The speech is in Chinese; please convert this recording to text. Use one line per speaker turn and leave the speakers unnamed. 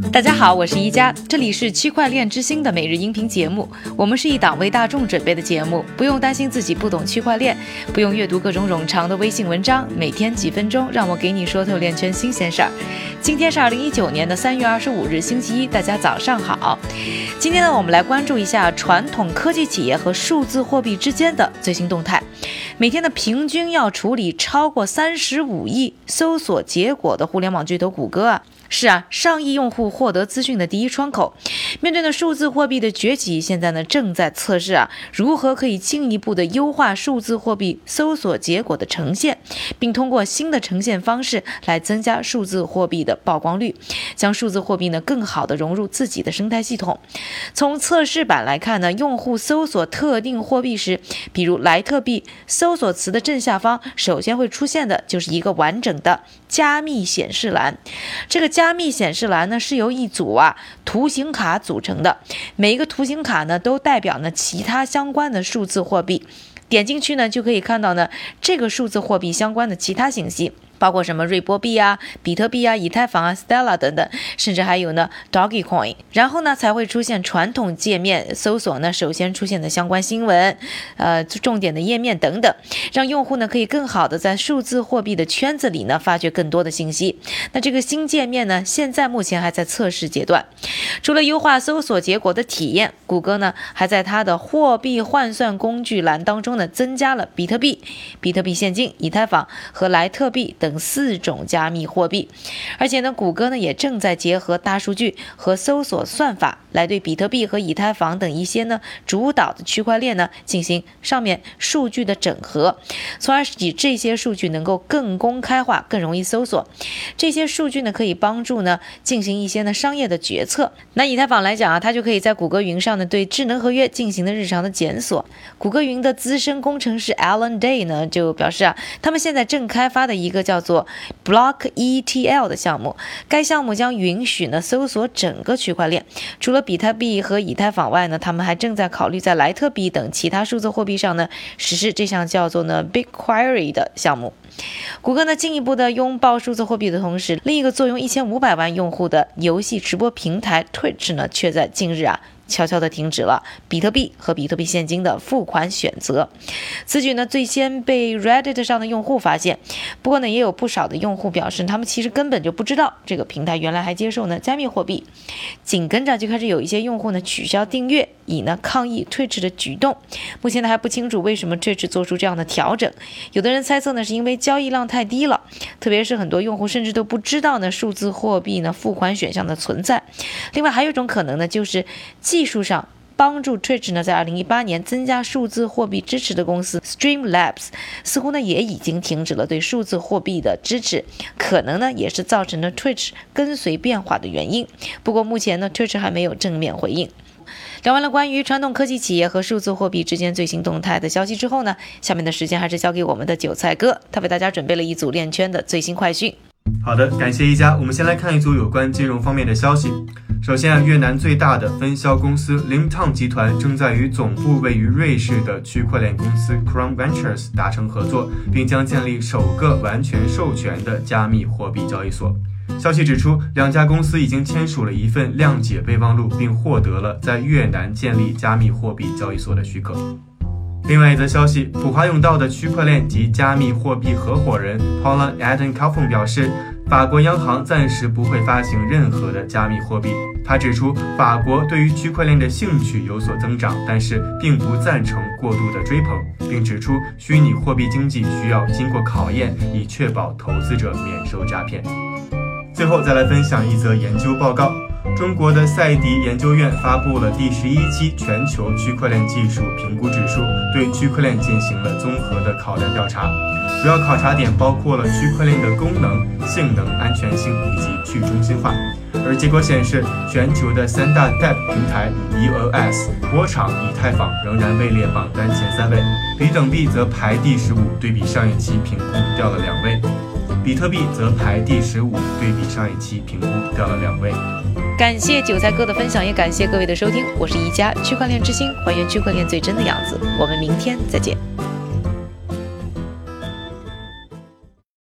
大家好，我是一加，这里是区块链之星的每日音频节目。我们是一档为大众准备的节目，不用担心自己不懂区块链，不用阅读各种冗长的微信文章，每天几分钟，让我给你说透链圈新鲜事儿。今天是2019年的3月25日，星期一，大家早上好。今天呢，我们来关注一下传统科技企业和数字货币之间的最新动态。每天的平均要处理超过35亿搜索结果的互联网巨头谷歌是上亿用户获得资讯的第一窗口。面对数字货币的崛起，现在呢正在测试如何可以进一步的优化数字货币搜索结果的呈现，并通过新的呈现方式来增加数字货币的曝光率，将数字货币呢更好的融入自己的生态系统。从测试版来看呢，用户搜索特定货币时，比如莱特币，搜索词的正下方首先会出现的就是一个完整的加密显示栏。这个加密显示栏呢是由一组图形卡组成的，每一个图形卡呢都代表呢其他相关的数字货币。点进去呢就可以看到呢这个数字货币相关的其他信息，包括什么瑞波币比特币以太坊Stellar 等等，甚至还有呢 Dogecoin。 然后呢才会出现传统界面搜索呢首先出现的相关新闻重点的页面等等，让用户呢可以更好的在数字货币的圈子里呢发掘更多的信息。那这个新界面呢现在目前还在测试阶段。除了优化搜索结果的体验，谷歌呢还在它的货币换算工具栏当中呢增加了比特币、比特币现金、以太坊和莱特币等4种加密货币。而且呢谷歌呢也正在结合大数据和搜索算法来对比特币和以太坊等一些呢主导的区块链呢进行上面数据的整合，从而使这些数据能够更公开化，更容易搜索。这些数据呢可以帮助呢进行一些呢商业的决策。那以太坊来讲它就可以在谷歌云上呢对智能合约进行的日常的检索。谷歌云的资深工程师 Alan Day 呢就表示他们现在正开发的一个叫做 Block ETL 的项目，该项目将允许呢搜索整个区块链。除了比特币和以太坊外呢，他们还正在考虑在莱特币等其他数字货币上呢实施这项叫做呢 BigQuery 的项目。谷歌呢进一步的拥抱数字货币的同时，另一个坐拥1500万用户的游戏直播平台 Twitch 呢却在近日悄悄地停止了比特币和比特币现金的付款选择。此举呢最先被 Reddit 上的用户发现，不过呢也有不少的用户表示他们其实根本就不知道这个平台原来还接受呢加密货币。紧跟着就开始有一些用户呢取消订阅，以呢抗议 Twitch 的举动。目前呢还不清楚为什么 Twitch 做出这样的调整，有的人猜测呢是因为交易量太低了，特别是很多用户甚至都不知道呢数字货币呢付款选项的存在。另外还有一种可能呢就是技术上帮助 Twitch 呢在2018年增加数字货币支持的公司 Streamlabs 似乎呢也已经停止了对数字货币的支持，可能呢也是造成了 Twitch 跟随变化的原因。不过目前呢 Twitch 还没有正面回应。聊完了关于传统科技企业和数字货币之间最新动态的消息之后呢，下面的时间还是交给我们的韭菜哥，他为大家准备了一组链圈的最新快讯。
好的，感谢一加。我们先来看一组有关金融方面的消息。首先越南最大的分销公司 Limtang 集团正在与总部位于瑞士的区块链公司 Crown Ventures 达成合作，并将建立首个完全授权的加密货币交易所。消息指出，两家公司已经签署了一份谅解备忘录，并获得了在越南建立加密货币交易所的许可。另外一则消息，普华永道的区块链及加密货币合伙人 Paula Aden-Kaufman 表示，法国央行暂时不会发行任何的加密货币。他指出，法国对于区块链的兴趣有所增长，但是并不赞成过度的追捧，并指出虚拟货币经济需要经过考验，以确保投资者免受诈骗。最后再来分享一则研究报告。中国的赛迪研究院发布了第11期全球区块链技术评估指数，对区块链进行了综合的考量调查。主要考察点包括了区块链的功能、性能、安全性以及去中心化。而结果显示，全球的3大 DApp 平台 EOS、波场、以太坊仍然位列榜单前3位，比等币则排第15，对比上一期评估掉了2位。比特币则排第15，对比上一期评估掉了2位。
感谢韭菜哥的分享，也感谢各位的收听，我是一加区块链之星，还原区块链最真的样子。我们明天再见。